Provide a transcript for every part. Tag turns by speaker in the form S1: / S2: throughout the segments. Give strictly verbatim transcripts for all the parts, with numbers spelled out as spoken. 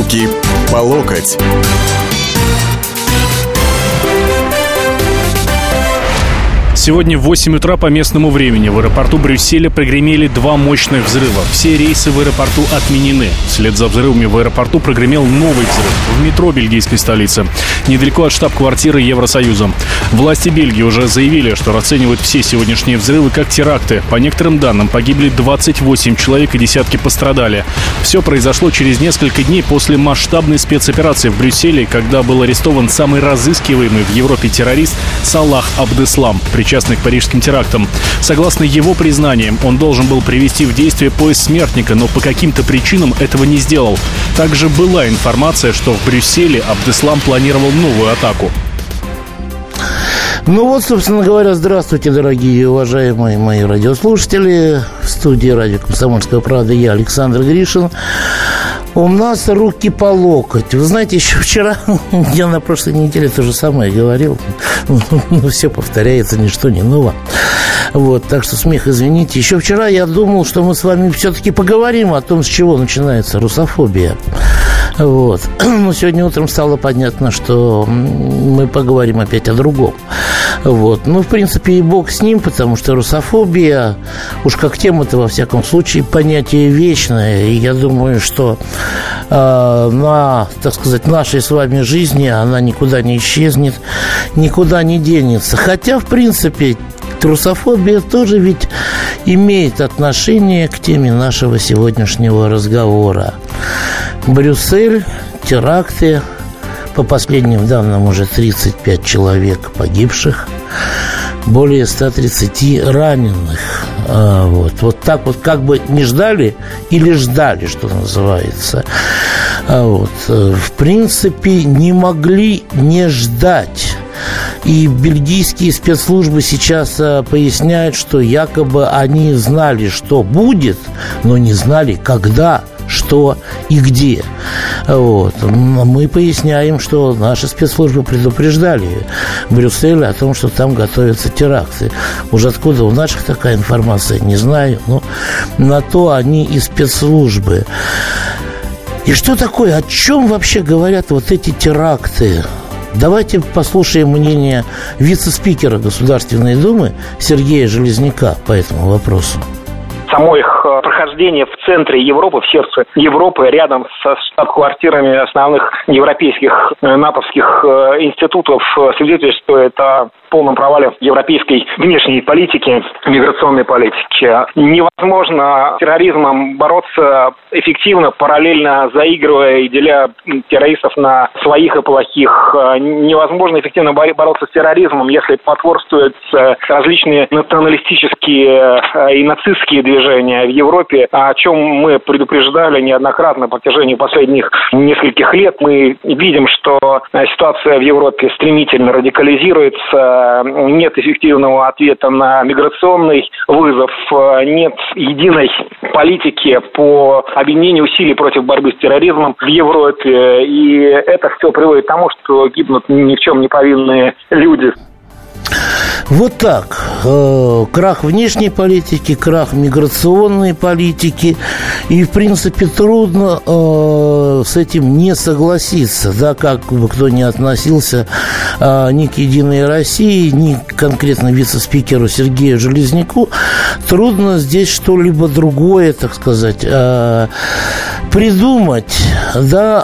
S1: Руки по локоть.
S2: Сегодня в восемь утра по местному времени в аэропорту Брюсселя прогремели два мощных взрыва. Все рейсы в аэропорту отменены. Вслед за взрывами в аэропорту прогремел новый взрыв в метро бельгийской столицы, недалеко от штаб-квартиры Евросоюза. Власти Бельгии уже заявили, что расценивают все сегодняшние взрывы как теракты. По некоторым данным, погибли двадцать восемь человек и десятки пострадали. Все произошло через несколько дней после масштабной спецоперации в Брюсселе, когда был арестован самый разыскиваемый в Европе террорист Салах Абдеслам, причастный к парижским терактам. Согласно его признаниям, он должен был привести в действие пояс смертника, но по каким-то причинам этого не сделал. Также была информация, что в Брюсселе Абдеслам планировал новую атаку.
S3: Ну вот, собственно говоря, здравствуйте, дорогие и уважаемые мои радиослушатели. В студии радио «Комсомольская правда» я, Александр Гришин. У нас руки по локоть. Вы знаете, еще вчера, я на прошлой неделе то же самое говорил. Но все повторяется, ничто не ново. Вот, так что смех, извините. Еще вчера я думал, что мы с вами все-таки поговорим о том, с чего начинается русофобия. Вот. Но сегодня утром стало понятно, что мы поговорим опять о другом. Вот. Ну, в принципе, и бог с ним, потому что русофобия, уж как тема-то, во всяком случае, понятие вечное. И я думаю, что э, на, так сказать, нашей с вами жизни она никуда не исчезнет, никуда не денется. Хотя, в принципе, русофобия тоже ведь имеет отношение к теме нашего сегодняшнего разговора. Брюссель, теракты, по последним данным уже тридцать пять человек погибших, более ста тридцати раненых. А, вот. вот так вот как бы не ждали или ждали, что называется. А, вот. В принципе, не могли не ждать. И бельгийские спецслужбы сейчас а, поясняют, что якобы они знали, что будет, но не знали, когда, что и где. Вот. Мы поясняем, что наши спецслужбы предупреждали Брюссель о том, что там готовятся теракты. Уж откуда у наших такая информация, не знаю, но на то они и спецслужбы. И что такое, о чем вообще говорят вот эти теракты? Давайте послушаем мнение вице-спикера Государственной Думы Сергея Железняка по этому вопросу.
S4: Само их прохождение в центре Европы, в сердце Европы, рядом со штаб-квартирами основных европейских натовских институтов, свидетельствует о полном провале европейской внешней политики, миграционной политики. Невозможно с терроризмом бороться эффективно, параллельно заигрывая и деля террористов на своих и плохих. Невозможно эффективно бороться с терроризмом, если потворствуют различные националистические и нацистские движения в Европе, о чем мы предупреждали неоднократно на протяжении последних нескольких лет. Мы видим, что ситуация в Европе стремительно радикализируется, нет эффективного ответа на миграционный вызов, нет единой политики по объединению усилий против борьбы с терроризмом в Европе, и это все приводит к тому, что гибнут ни в чем не повинные люди.
S3: Вот так. Крах внешней политики, крах миграционной политики. И, в принципе, трудно э, с этим не согласиться. Да, как бы кто ни относился э, ни к «Единой России», ни конкретно вице-спикеру Сергею Железняку, трудно здесь что-либо другое, так сказать, э, придумать. Да,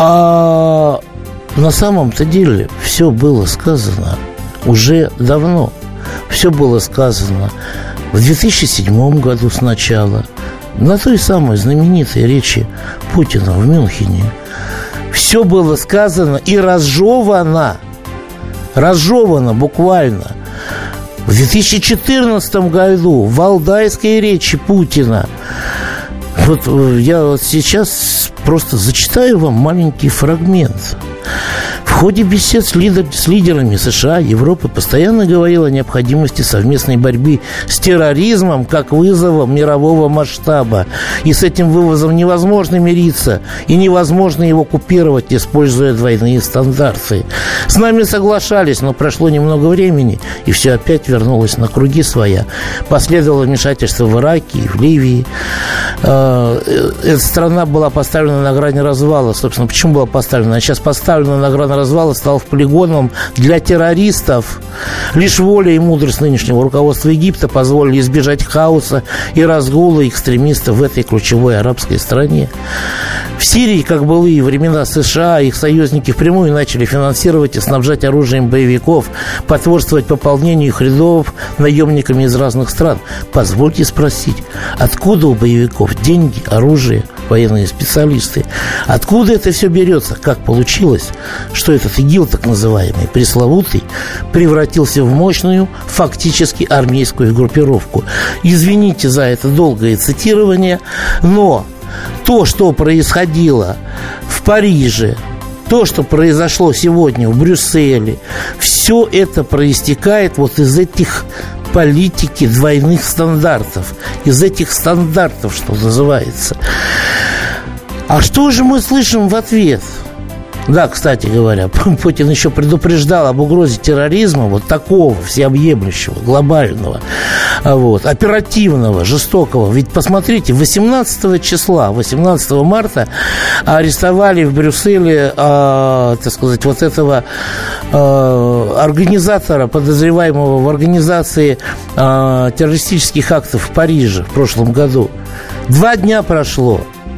S3: а на самом-то деле все было сказано уже давно. Все было сказано в две тысячи седьмом году сначала, на той самой знаменитой речи Путина в Мюнхене. Все было сказано и разжевано, разжевано буквально в две тысячи четырнадцатом году в Валдайской речи Путина. Вот я вот сейчас просто зачитаю вам маленький фрагмент. В ходе бесед с, лидер, с лидерами США, Европы постоянно говорил о необходимости совместной борьбы с терроризмом как вызовом мирового масштаба. И с этим вызовом невозможно мириться, и невозможно его купировать, используя двойные стандарты. С нами соглашались, но прошло немного времени, и все опять вернулось на круги своя. Последовало вмешательство в Ираке и в Ливии. эта страна была поставлена на грани развала. Собственно, почему была поставлена? А сейчас поставлена на грани развала, стала полигоном для террористов. Лишь воля и мудрость нынешнего руководства Египта позволили избежать хаоса и разгула экстремистов в этой ключевой арабской стране. В Сирии, как былые времена США, их союзники впрямую начали финансировать и снабжать оружием боевиков, потворствовать пополнению их рядов наемниками из разных стран. Позвольте спросить, откуда у боевиков деньги, оружие, военные специалисты? Откуда это все берется? Как получилось, что этот ИГИЛ, так называемый, пресловутый, превратился в мощную, фактически армейскую группировку? Извините за это долгое цитирование, но то, что происходило в Париже, то, что произошло сегодня в Брюсселе, все это проистекает вот из этих политики двойных стандартов, из этих стандартов, что называется. А что же мы слышим в ответ? Да, кстати говоря, Путин еще предупреждал об угрозе терроризма, вот такого всеобъемлющего, глобального, вот, оперативного, жестокого. Ведь посмотрите, восемнадцатого числа, восемнадцатого марта арестовали в Брюсселе, э, так сказать, вот этого э, организатора, подозреваемого в организации э, террористических актов в Париже в прошлом году. Два дня прошло.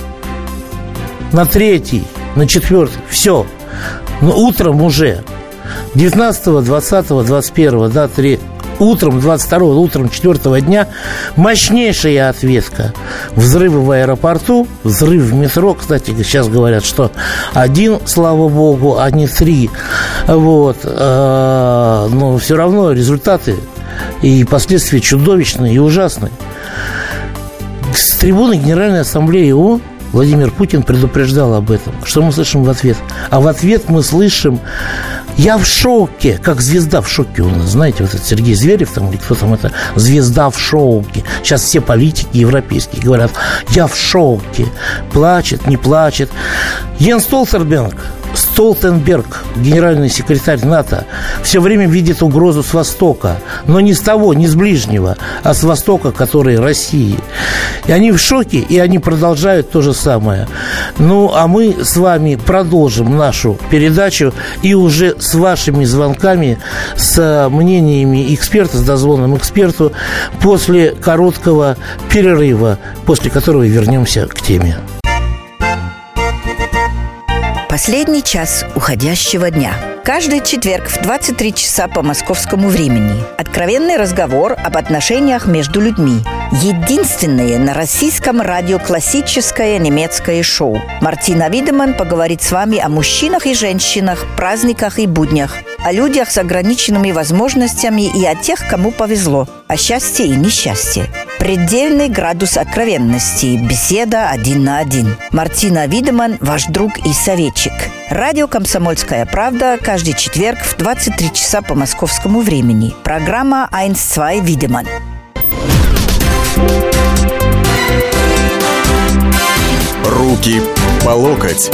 S3: На третий, на четвертый, все. Но утром уже девятнадцатого, двадцатого, двадцать первого, да, три, утром двадцать второго, утром четвертого дня мощнейшая ответка. Взрывы в аэропорту, взрыв в метро. Кстати, сейчас говорят, что один, слава богу, а не три. Вот. Но все равно результаты и последствия чудовищные и ужасные. С трибуны Генеральной Ассамблеи ООН Владимир Путин предупреждал об этом. Что мы слышим в ответ? А в ответ мы слышим: я в шоке, как звезда в шоке у нас. Знаете, вот этот Сергей Зверев там, или кто там это, звезда в шоке. Сейчас все политики европейские говорят: я в шоке. Плачет, не плачет. Йенс Столтенберг, Столтенберг, генеральный секретарь НАТО, все время видит угрозу с Востока. Но не с того, не с ближнего, а с Востока, который России. И они в шоке, и они продолжают то же самое. Ну, а мы с вами продолжим нашу передачу и уже с вашими звонками, с мнениями эксперта, с дозвоном эксперту после короткого перерыва, после которого вернемся к теме.
S1: Последний час уходящего дня. Каждый четверг в двадцать три часа по московскому времени. Откровенный разговор об отношениях между людьми. Единственное на российском радио классическое немецкое шоу. Мартина Видеман поговорит с вами о мужчинах и женщинах, праздниках и буднях, о людях с ограниченными возможностями и о тех, кому повезло, о счастье и несчастье. Предельный градус откровенности. Беседа один на один. Мартина Видеман, ваш друг и советчик. Радио «Комсомольская правда» каждый четверг в двадцать три часа по московскому времени. Программа один-два Видеман.
S5: Руки по локоть.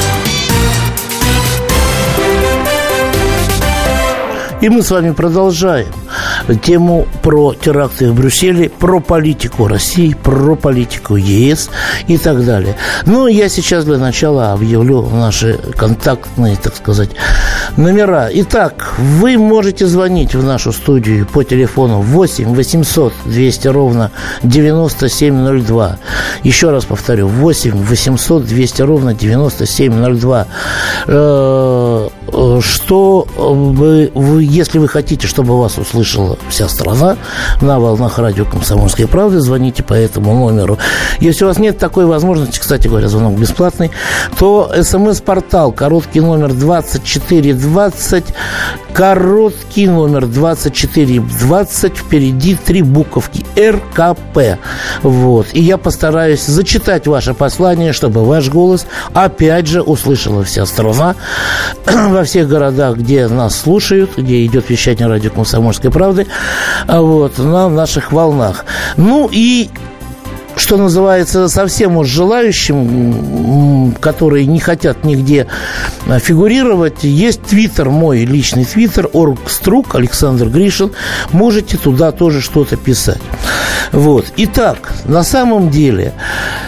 S3: И мы с вами продолжаем тему про теракты в Брюсселе, про политику России, про политику ЕС и так далее. Но я сейчас для начала объявлю наши контактные, так сказать, номера. Итак, вы можете звонить в нашу студию по телефону восемь восемьсот двести ровно девяносто семь ноль два. Еще раз повторю, восемь восемьсот двести ровно девяносто семь ноль два. Что вы, вы, если вы хотите, чтобы вас услышала вся страна на волнах радио «Комсомольской правды», звоните по этому номеру. Если у вас нет такой возможности, кстати говоря, звонок бесплатный, то смс-портал, короткий номер двадцать четыре двадцать, короткий номер двадцать четыре двадцать, впереди три буковки эр ка пэ. Вот. И я постараюсь зачитать ваше послание, чтобы ваш голос опять же услышала вся страна во всех городах, где нас слушают, где идет вещание радио «Комсомольской правды», вот, на наших волнах. Ну и, что называется, совсем уж желающим, которые не хотят нигде фигурировать, есть твиттер, мой личный твиттер, оргструк, Александр Гришин. Можете туда тоже что-то писать. Вот. Итак, на самом деле,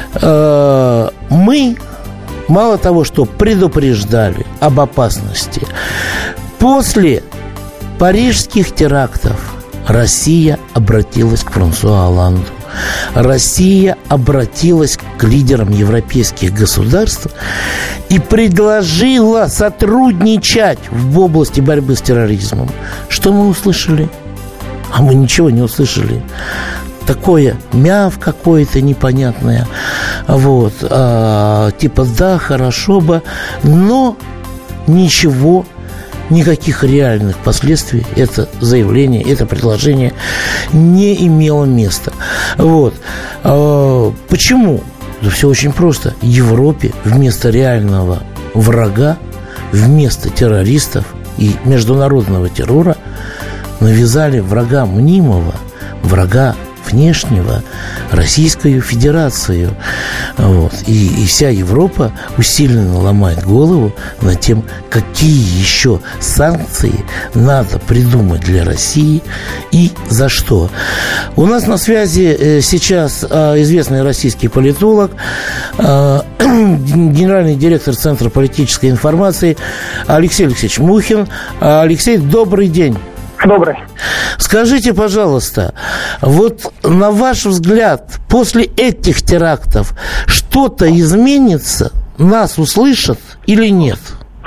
S3: э, мы мало того, что предупреждали об опасности, после парижских терактов Россия обратилась к Франсуа Оланду. Россия обратилась к лидерам европейских государств и предложила сотрудничать в области борьбы с терроризмом. Что мы услышали? А мы ничего не услышали. Такое мяв какое-то непонятное. Вот. А, типа, да, хорошо бы, но ничего, никаких реальных последствий это заявление, это предложение не имело места. Вот. А, почему? Да все очень просто. Европе вместо реального врага, вместо террористов и международного террора навязали врага мнимого, врага внешнего, Российскую Федерацию. Вот. И, и вся Европа усиленно ломает голову над тем, какие еще санкции надо придумать для России и за что. У нас на связи сейчас известный российский политолог, генеральный директор Центра политической информации Алексей Алексеевич Мухин. Алексей, добрый день.
S6: Добрый.
S3: Скажите, пожалуйста, вот на ваш взгляд, после этих терактов что-то изменится? Нас услышат или нет?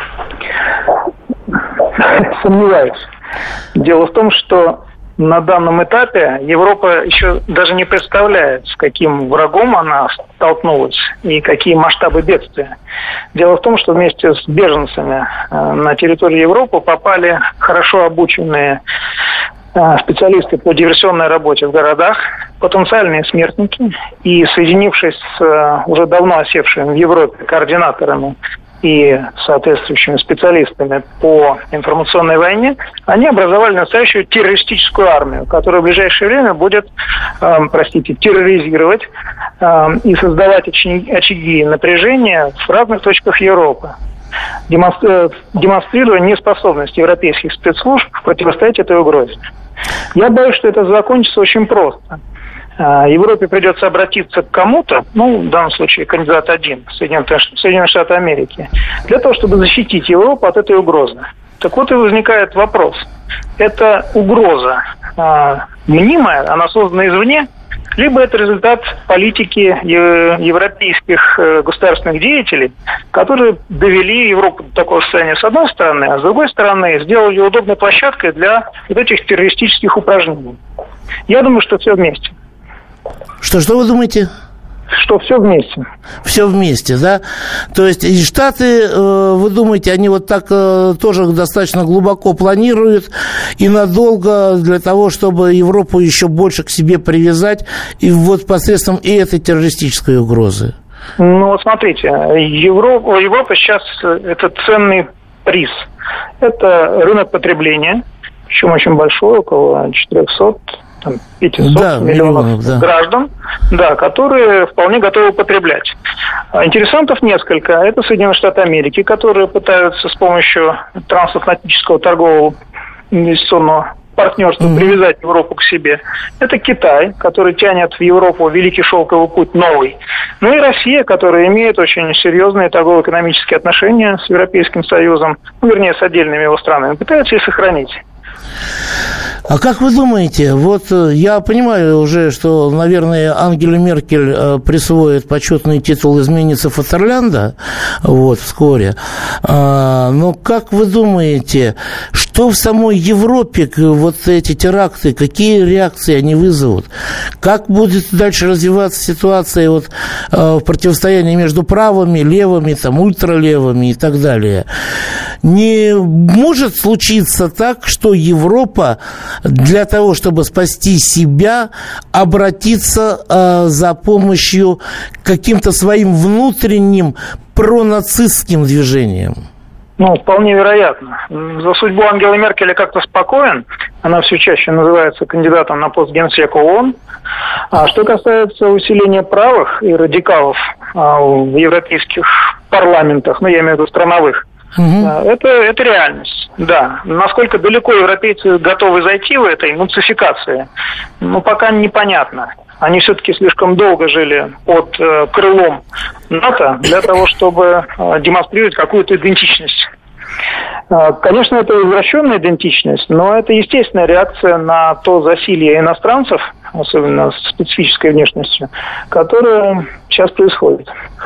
S6: Сомневаюсь. Дело в том, что на данном этапе Европа еще даже не представляет, с каким врагом она столкнулась и какие масштабы бедствия. Дело в том, что вместе с беженцами на территорию Европы попали хорошо обученные специалисты по диверсионной работе в городах, потенциальные смертники, и, соединившись с уже давно осевшими в Европе координаторами и соответствующими специалистами по информационной войне, они образовали настоящую террористическую армию, которая в ближайшее время будет, э, простите, терроризировать э, и создавать очаги, очаги напряжения в разных точках Европы, демонстрируя неспособность европейских спецслужб противостоять этой угрозе. Я боюсь, что это закончится очень просто. Европе придется обратиться к кому-то, ну, в данном случае кандидат один, Соединенные Штаты Америки, для того, чтобы защитить Европу от этой угрозы. Так вот и возникает вопрос. Это угроза а, мнимая, она создана извне, либо это результат политики европейских государственных деятелей, которые довели Европу до такого состояния с одной стороны, а с другой стороны сделали ее удобной площадкой для вот этих террористических упражнений. Я думаю, что все вместе.
S3: Что, что вы думаете?
S6: Что все вместе.
S3: Все вместе, да? То есть и Штаты, вы думаете, они вот так тоже достаточно глубоко планируют и надолго для того, чтобы Европу еще больше к себе привязать и вот посредством и этой террористической угрозы?
S6: Ну, вот смотрите, Европа, Европа сейчас это ценный приз. Это рынок потребления, причем очень большой, около четырехсот Там, пятьсот
S3: да,
S6: миллионов,
S3: миллионов да.
S6: граждан, да, которые вполне готовы потреблять. Интересантов несколько. Это Соединенные Штаты Америки, которые пытаются с помощью трансатлантического торгового инвестиционного партнерства mm-hmm. привязать Европу к себе. Это Китай, который тянет в Европу Великий Шелковый путь новый. Ну и Россия, которая имеет очень серьезные торгово-экономические отношения с Европейским Союзом, ну, вернее, с отдельными его странами, пытаются их сохранить.
S3: А как вы думаете, вот я понимаю уже, что, наверное, Ангела Меркель присвоит почетный титул изменницы Фатерлянда вот, вскоре, но как вы думаете, что в самой Европе вот эти теракты, какие реакции они вызовут? Как будет дальше развиваться ситуация вот, в противостоянии между правыми, левыми, там, ультралевыми и так далее? Не может случиться так, что Европа для того, чтобы спасти себя, обратиться э, за помощью к каким-то своим внутренним пронацистским движениям?
S6: Ну, вполне вероятно. За судьбу Ангелы Меркель я как-то спокоен. Она все чаще называется кандидатом на пост генсека ООН. А что касается усиления правых и радикалов а, в европейских парламентах, ну, я имею в виду страновых, Угу. Это, это реальность, да. Насколько далеко европейцы готовы зайти в этой нацификации, ну, пока непонятно. Они все-таки слишком долго жили под э, крылом НАТО для того, чтобы э, демонстрировать какую-то идентичность. Э, конечно, это извращенная идентичность, но это естественная реакция на то засилье иностранцев, особенно с специфической внешностью, которое сейчас происходит.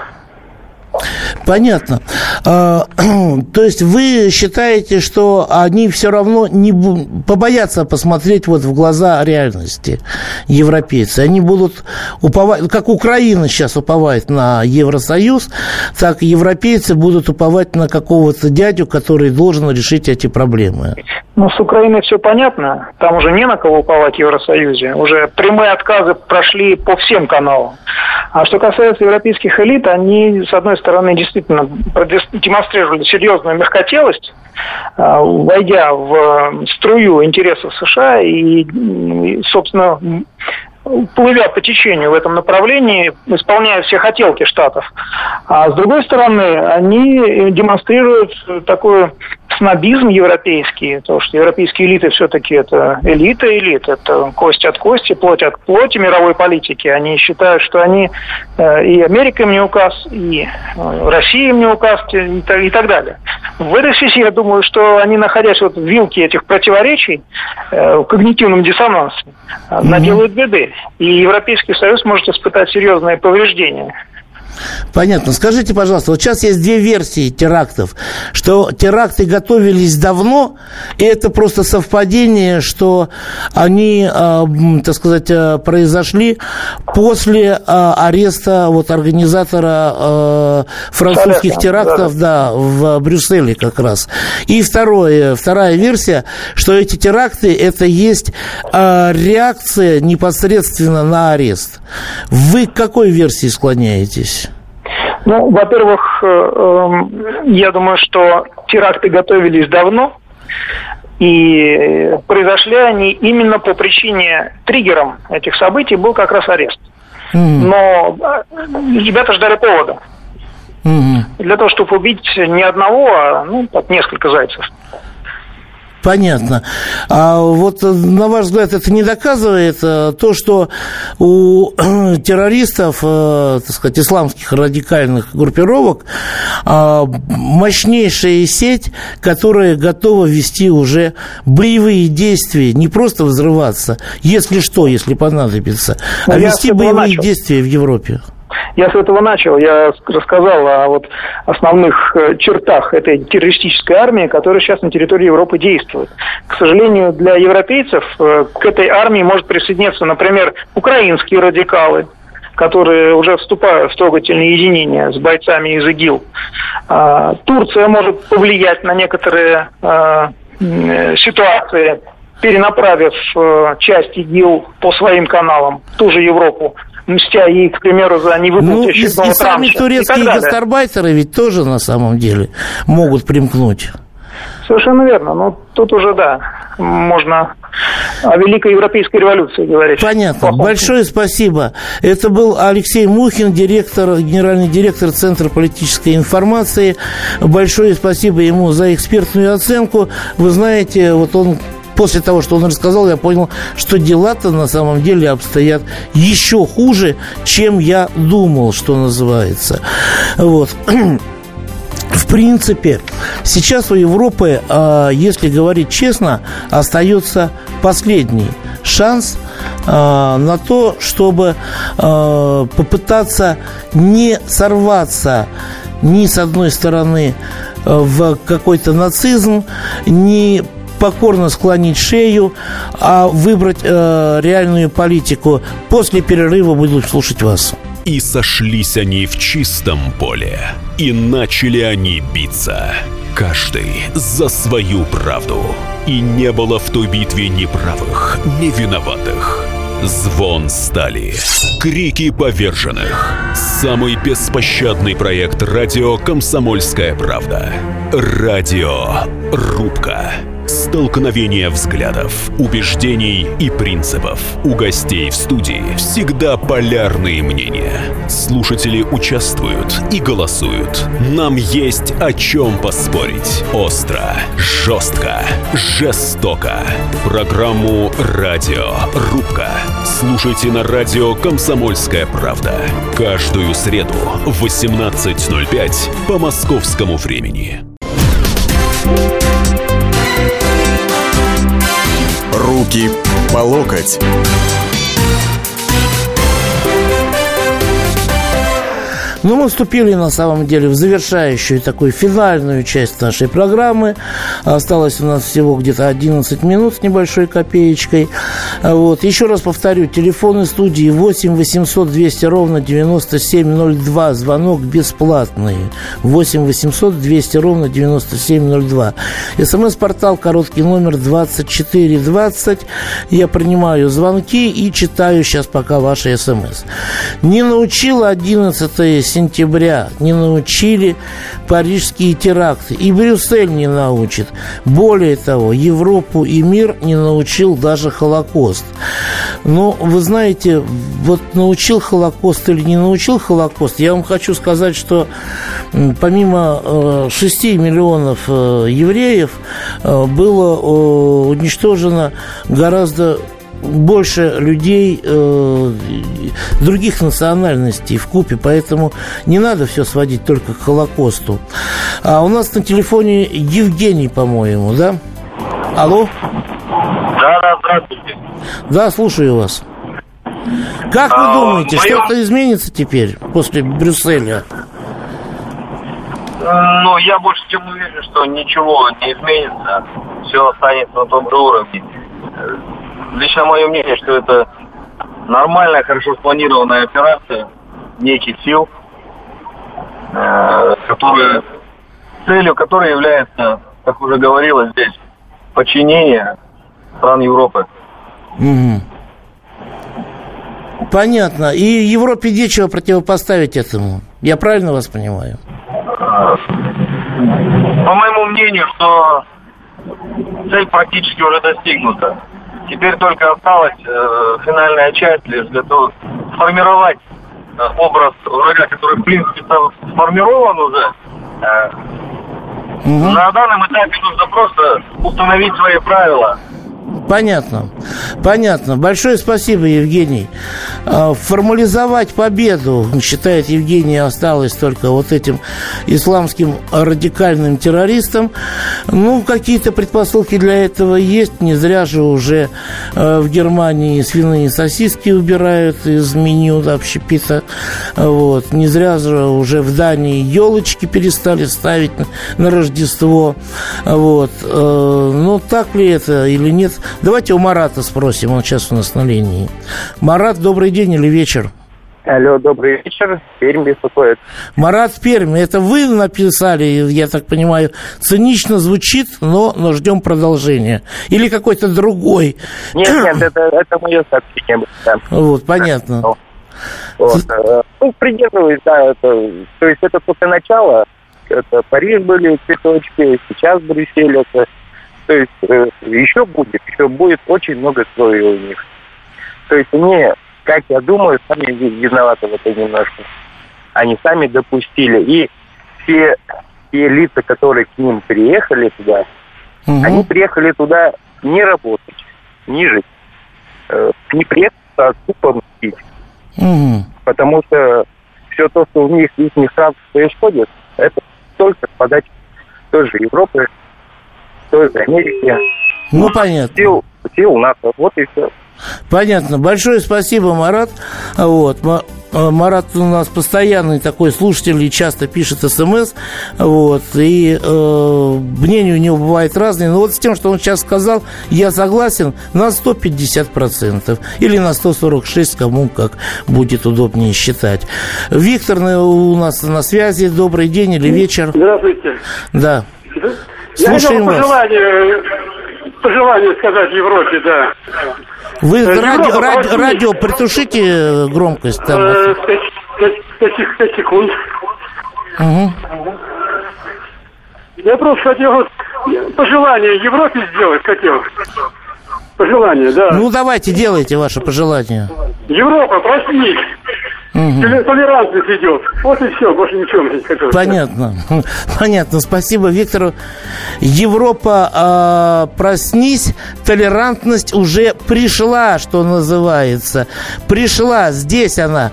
S3: Понятно. А, то есть вы считаете, что они все равно не бу- побоятся посмотреть вот в глаза реальности, европейцы. Они будут уповать, как Украина сейчас уповает на Евросоюз, так и европейцы будут уповать на какого-то дядю, который должен решить эти проблемы.
S6: Ну, с Украиной все понятно. Там уже не на кого уповать в Евросоюзе. Уже прямые отказы прошли по всем каналам. А что касается европейских элит, они, с одной стороны, действительно демонстрировали серьезную мягкотелость, войдя в струю интересов США и, собственно, плывя по течению в этом направлении, исполняя все хотелки Штатов. А с другой стороны, они демонстрируют такой снобизм европейский, то, что европейские элиты все-таки это элита элит, это кость от кости, плоть от плоти мировой политики. Они считают, что они э, и Америка им не указ, и э, Россия им не указ, и, и так далее. В этой связи я думаю, что они, находясь вот в вилке этих противоречий, э, в когнитивном диссонансе, э, наделают беды. И Европейский Союз может испытать серьезные повреждения.
S3: Понятно. Скажите, пожалуйста, вот сейчас есть две версии терактов, что теракты готовились давно, и это просто совпадение, что они, э, так сказать, э, произошли после э, ареста вот, организатора э, французских Шарека, терактов да. Да, в Брюсселе как раз. И второе, вторая версия, что эти теракты это есть э, реакция непосредственно на арест. Вы к какой версии склоняетесь?
S6: Ну, во-первых, я думаю, что теракты готовились давно, и произошли они именно по причине, триггером этих событий был как раз арест. Mm-hmm. Но ребята ждали повода. Mm-hmm. Для того, чтобы убить не одного, а ну, так, несколько зайцев.
S3: Понятно. А вот, на ваш взгляд, это не доказывает то, что у террористов, так сказать, исламских радикальных группировок мощнейшая сеть, которая готова вести уже боевые действия, не просто взрываться, если что, если понадобится, а Но вести боевые начал. действия в Европе?
S6: Я с этого начал. Я рассказал о вот основных чертах этой террористической армии, которая сейчас на территории Европы действует. К сожалению, для европейцев к этой армии может присоединиться, например, украинские радикалы, которые уже вступают в трогательное единение с бойцами из ИГИЛ. Турция может повлиять на некоторые ситуации, перенаправив часть ИГИЛ по своим каналам в ту же Европу, мстя ей, к примеру, за невыплату
S3: ну,
S6: очередного
S3: и, и сами турецкие гастарбайтеры ведь тоже на самом деле могут примкнуть.
S6: Совершенно верно. Ну, тут уже, да, можно о Великой Европейской революции говорить.
S3: Понятно. Большое спасибо. Это был Алексей Мухин, директор, генеральный директор Центра политической информации. Большое спасибо ему за экспертную оценку. Вы знаете, вот он... После того, что он рассказал, я понял, что дела-то на самом деле обстоят еще хуже, чем я думал, что называется. Вот. В принципе, сейчас у Европы, если говорить честно, остается последний шанс на то, чтобы попытаться не сорваться ни с одной стороны в какой-то нацизм, ни покорно склонить шею, а выбрать э, реальную политику. После перерыва буду слушать вас.
S7: И сошлись они в чистом поле, и начали они биться. Каждый за свою правду. И не было в той битве ни правых, ни виноватых. Звон стали, крики поверженных. Самый беспощадный проект радио «Комсомольская правда». Радио «Рубка». Столкновение взглядов, убеждений и принципов. У гостей в студии всегда полярные мнения. Слушатели участвуют и голосуют. Нам есть о чем поспорить. Остро, жестко, жестоко. Программу «Радио Рубка» слушайте на радио «Комсомольская правда». Каждую среду в восемнадцать ноль пять по московскому времени.
S5: Руки по локоть.
S3: Ну, мы вступили, на самом деле, в завершающую такую финальную часть нашей программы. Осталось у нас всего где-то одиннадцать минут с небольшой копеечкой. Вот. Еще раз повторю, телефоны студии восемь восемьсот двести ровно девяносто семь ноль два. Звонок бесплатный. восемь восемьсот двести ровно девяносто семь ноль два. СМС-портал, короткий номер двадцать четыре двадцать. Я принимаю звонки и читаю сейчас пока ваши СМС. Не научила одиннадцатое сентября, не научили парижские теракты. И Брюссель не научит. Более того, Европу и мир не научил даже Холокост. Но, вы знаете, вот научил Холокост или не научил Холокост, я вам хочу сказать, что помимо э, шести миллионов э, евреев э, было э, уничтожено гораздо больше людей э, других национальностей вкупе, поэтому не надо все сводить только к Холокосту. А у нас на телефоне Евгений, по-моему, да? Алло?
S8: Да, да, здравствуйте.
S3: Да, слушаю вас. Как
S8: а,
S3: вы думаете,
S8: моё...
S3: что-то изменится теперь после Брюсселя?
S8: Ну, я больше чем уверен, что ничего не изменится. Все останется на том же уровне. Лично мое мнение, что это нормальная, хорошо спланированная операция неких сил, э, которые, целью которой является, как уже говорилось здесь, подчинение стран Европы.
S3: Угу. Понятно. И Европе нечего противопоставить этому. Я правильно вас понимаю?
S8: По моему мнению, что цель практически уже достигнута. Теперь только осталась э, финальная часть лишь для того, сформировать э, образ врага, который в принципе сформирован уже. Э, угу. На данном этапе нужно просто установить свои правила.
S3: Понятно. Понятно. Большое спасибо, Евгений. Формализовать победу, считает Евгений, осталось только вот этим исламским радикальным террористам. Ну, какие-то предпосылки для этого есть. Не зря же уже в Германии свиные сосиски убирают из меню общепита. Вот. Не зря же уже в Дании елочки перестали ставить на Рождество. Вот. Ну, так ли это или нет? Давайте у Марата спросим, он сейчас у нас на линии. Марат, добрый день или вечер?
S9: Алло, добрый вечер, Пермь беспокоит.
S3: Марат, Пермь, это вы написали, я так понимаю, цинично звучит, но, но ждем продолжения. Или какой-то другой?
S9: Нет, нет, это, это мое сообщение. Да.
S3: Вот, понятно.
S9: Вот. Ну, придерживаюсь, да, это, то есть это только начало, это Париж были цветочки, сейчас Брюссель, это... То есть э, еще будет, еще будет очень много крови у них. То есть они, как я думаю, сами виноваты в этом немножко. Они сами допустили. И все те лица, которые к ним приехали туда, угу. они приехали туда не работать, не жить. Э, не приехали, а тупо мстить. Угу. Потому что все то, что у них в их странах происходит, это только подача той же Европы, той же Америки.
S3: Ну, понятно.
S9: Сил, сил у нас, вот и все.
S3: Понятно. Большое спасибо, Марат. Вот. Марат у нас постоянный такой слушатель и часто пишет СМС. Вот. И э, мнения у него бывают разные. Но вот с тем, что он сейчас сказал, я согласен на сто пятьдесят процентов. Или на сто сорок шесть, кому как будет удобнее считать. Виктор у нас на связи. Добрый день или вечер.
S10: Здравствуйте.
S3: Да.
S10: Я хотел пожелание, пожелание сказать Европе, да.
S3: Вы Европа, радио, радио, радио притушите громкость. Там. Э,
S10: пять секунд. Угу. Я просто хотел пожелание Европе сделать хотел. Пожелание, да.
S3: Ну, давайте, делайте ваше пожелание.
S10: Европа, проснись. Угу. Толерантность идет. Вот и все, больше ничего не хотел.
S3: Понятно. Понятно. Спасибо Виктору. Европа, э, проснись. Толерантность уже пришла, что называется. Пришла. Здесь она.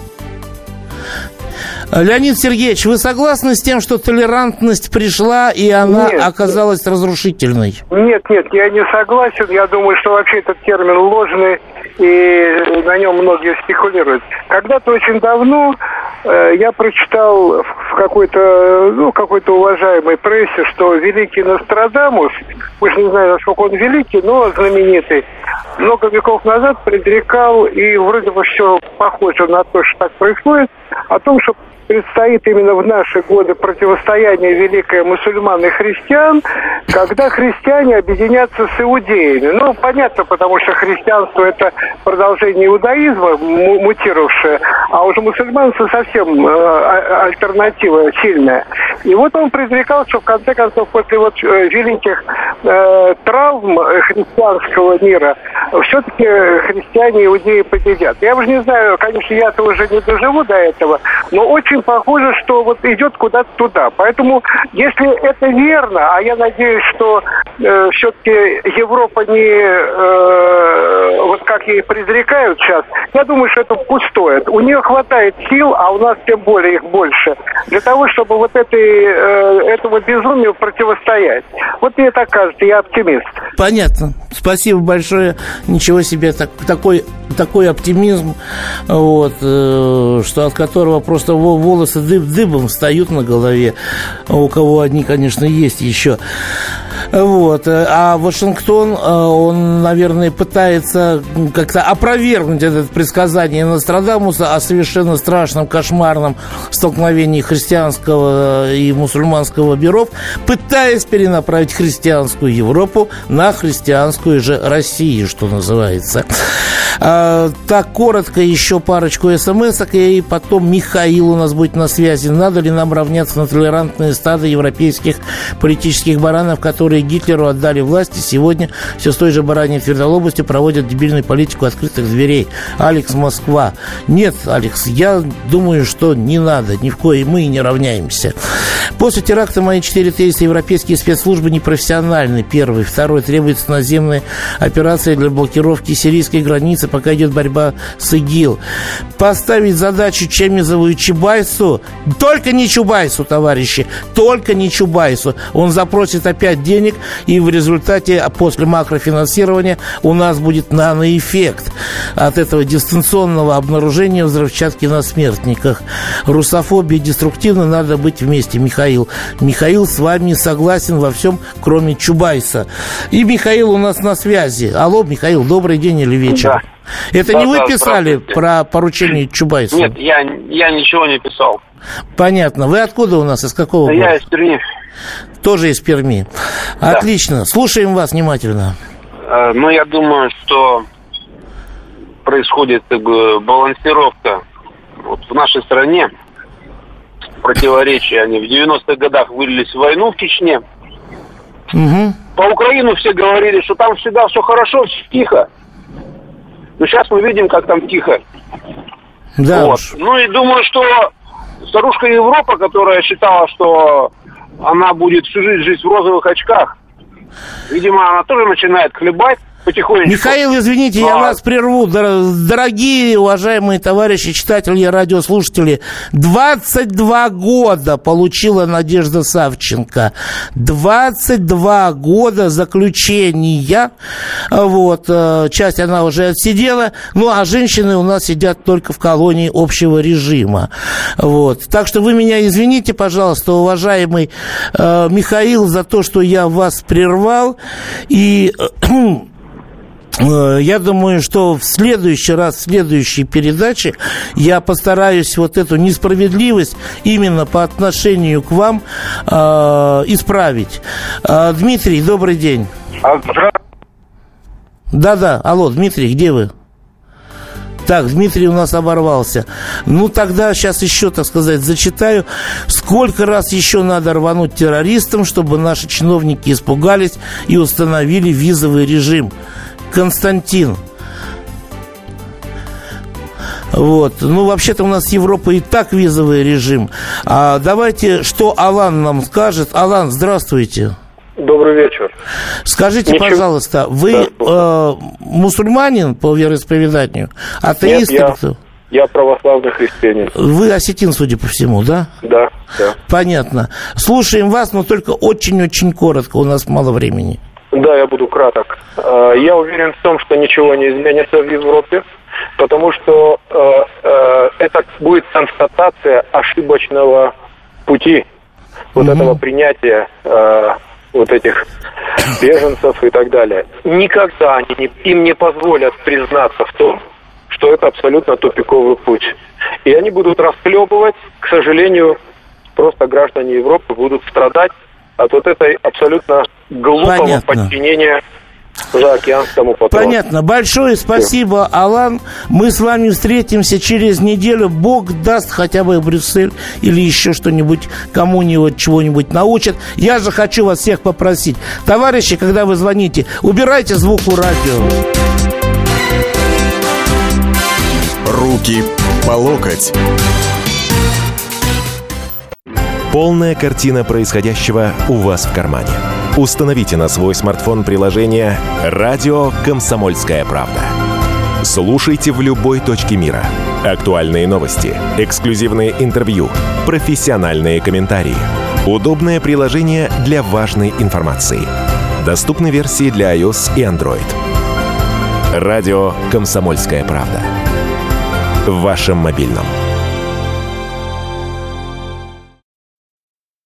S3: Леонид Сергеевич, вы согласны с тем, что толерантность пришла и она нет, оказалась разрушительной?
S11: Нет, нет, я не согласен. Я думаю, что вообще этот термин ложный, и на нем многие спекулируют. Когда-то очень давно э, я прочитал в какой-то, ну, какой-то уважаемой прессе, что великий Нострадамус, уж не знаю, насколько он великий, но знаменитый, много веков назад предрекал, и вроде бы все похоже на то, что так происходит, о том, что предстоит именно в наши годы противостояние великое мусульман и христиан, когда христиане объединятся с иудеями. Ну, понятно, потому что христианство – это продолжение иудаизма, мутировавшее, а уже мусульманство совсем э, альтернатива сильная. И вот он предрекал, что в конце концов после вот э, великих э, травм христианского мира все-таки христиане и иудеи победят. Я уже не знаю, конечно, я-то уже не доживу до этого, но очень похоже, что вот идет куда-то туда. Поэтому, если это верно, а я надеюсь, что э, все-таки Европа не э, вот как ей предрекают сейчас, я думаю, что это пустое. У нее хватает сил, а у нас тем более их больше, для того, чтобы вот этой, э, этому безумию противостоять. Вот мне так кажется, я оптимист.
S3: Понятно. Спасибо большое. Ничего себе, так, такой, такой оптимизм, вот, э, что от которого просто волосы дыб, дыбом встают на голове. У кого одни, конечно, есть еще. Вот. А Вашингтон, он, наверное, пытается как-то опровергнуть это предсказание Нострадамуса о совершенно страшном, кошмарном столкновении христианского и мусульманского миров, пытаясь перенаправить христианскую Европу на христианскую же Россию, что называется. А, так, коротко еще парочку смс-ок, и потом Михаил у нас будет на связи. Надо ли нам равняться на толерантные стадо европейских политических баранов, которые Гитлеру отдали власть, и сегодня все с той же бараньей твердолобостью проводят дебильную политику открытых дверей? Алекс, Москва. Нет, Алекс, я думаю, что не надо, ни в коем мы и не равняемся. После теракта мои четыре тезиса: европейские спецслужбы непрофессиональны. Первый. Второй. Требуется наземная операция для блокировки сирийской границы, пока идет борьба с ИГИЛ. Поставить задачу Чемизову и Чубайсу. Только не Чубайсу, товарищи. Только не Чубайсу. Он запросит опять денег, и в результате после макрофинансирования у нас будет наноэффект от этого дистанционного обнаружения взрывчатки на смертниках. Русофобия деструктивна, надо быть вместе. Михаил. Михаил с вами согласен во всем, кроме Чубайса. И Михаил у нас на связи. Алло, Михаил, добрый день или вечер. Да. Это да, не вы да, писали про поручение Чубайсу?
S8: Нет, я, я ничего не писал.
S3: Понятно. Вы откуда у нас? Из какого города?
S8: Я из Перми.
S3: Тоже из Перми. Да. Отлично. Слушаем вас внимательно.
S8: Э, ну, я думаю, что происходит как бы балансировка вот в нашей стране. Противоречия. Они в девяностых годах вылились в войну в Чечне.
S3: Угу.
S8: По Украину все говорили, что там всегда все хорошо, все тихо. Но сейчас мы видим, как там тихо.
S3: Да
S8: вот.
S3: уж.
S8: Ну и думаю, что старушка Европа, которая считала, что она будет всю жизнь жить в розовых очках, видимо, она тоже начинает хлебать потихонечку.
S3: Михаил, извините, а... я вас прерву. Дорогие, уважаемые товарищи, читатели и радиослушатели, двадцать два года получила Надежда Савченко. двадцать два года заключения. Вот. Часть она уже отсидела. Ну, а женщины у нас сидят только в колонии общего режима. Вот. Так что вы меня извините, пожалуйста, уважаемый э, Михаил, за то, что я вас прервал. И... Я думаю, что в следующий раз, в следующей передаче я постараюсь вот эту несправедливость именно по отношению к вам э, исправить. Э, Дмитрий, добрый день. Да-да, алло, Дмитрий, где вы? Так, Дмитрий у нас оборвался. Ну, тогда сейчас еще, так сказать, зачитаю. Сколько раз еще надо рвануть террористам, чтобы наши чиновники испугались и установили визовый режим? Константин. Вот. Ну, вообще-то у нас Европа и так визовый режим. А давайте, что Алан нам скажет. Алан, здравствуйте.
S12: Добрый вечер.
S3: Скажите,
S12: Ничего...
S3: пожалуйста, вы э, мусульманин по вероисповеданию? Атеист?
S12: Нет, я, я православный христианин.
S3: Вы осетин, судя по всему, да?
S12: Да, да.
S3: Понятно. Слушаем вас, но только очень-очень коротко, у нас мало времени.
S12: Да, я буду краток. Я уверен в том, что ничего не изменится в Европе, потому что э, э, это будет констатация ошибочного пути, вот угу. этого принятия э, вот этих беженцев и так далее. Никогда они не, им не позволят признаться в том, что это абсолютно тупиковый путь. И они будут расхлебывать, к сожалению, просто граждане Европы будут страдать от вот этой абсолютно глупого
S3: Понятно.
S12: подчинения заокеанскому потоку.
S3: Понятно. Большое спасибо, Алан. Мы с вами встретимся через неделю. Бог даст, хотя бы Брюссель или еще что-нибудь, кому-нибудь чего-нибудь научат. Я же хочу вас всех попросить. Товарищи, когда вы звоните, убирайте звук у радио.
S5: Руки по локоть.
S13: Полная картина происходящего у вас в кармане. Установите на свой смартфон приложение «Радио Комсомольская правда». Слушайте в любой точке мира. Актуальные новости, эксклюзивные интервью, профессиональные комментарии. Удобное приложение для важной информации. Доступны версии для iOS и Android. «Радио Комсомольская правда». В вашем мобильном.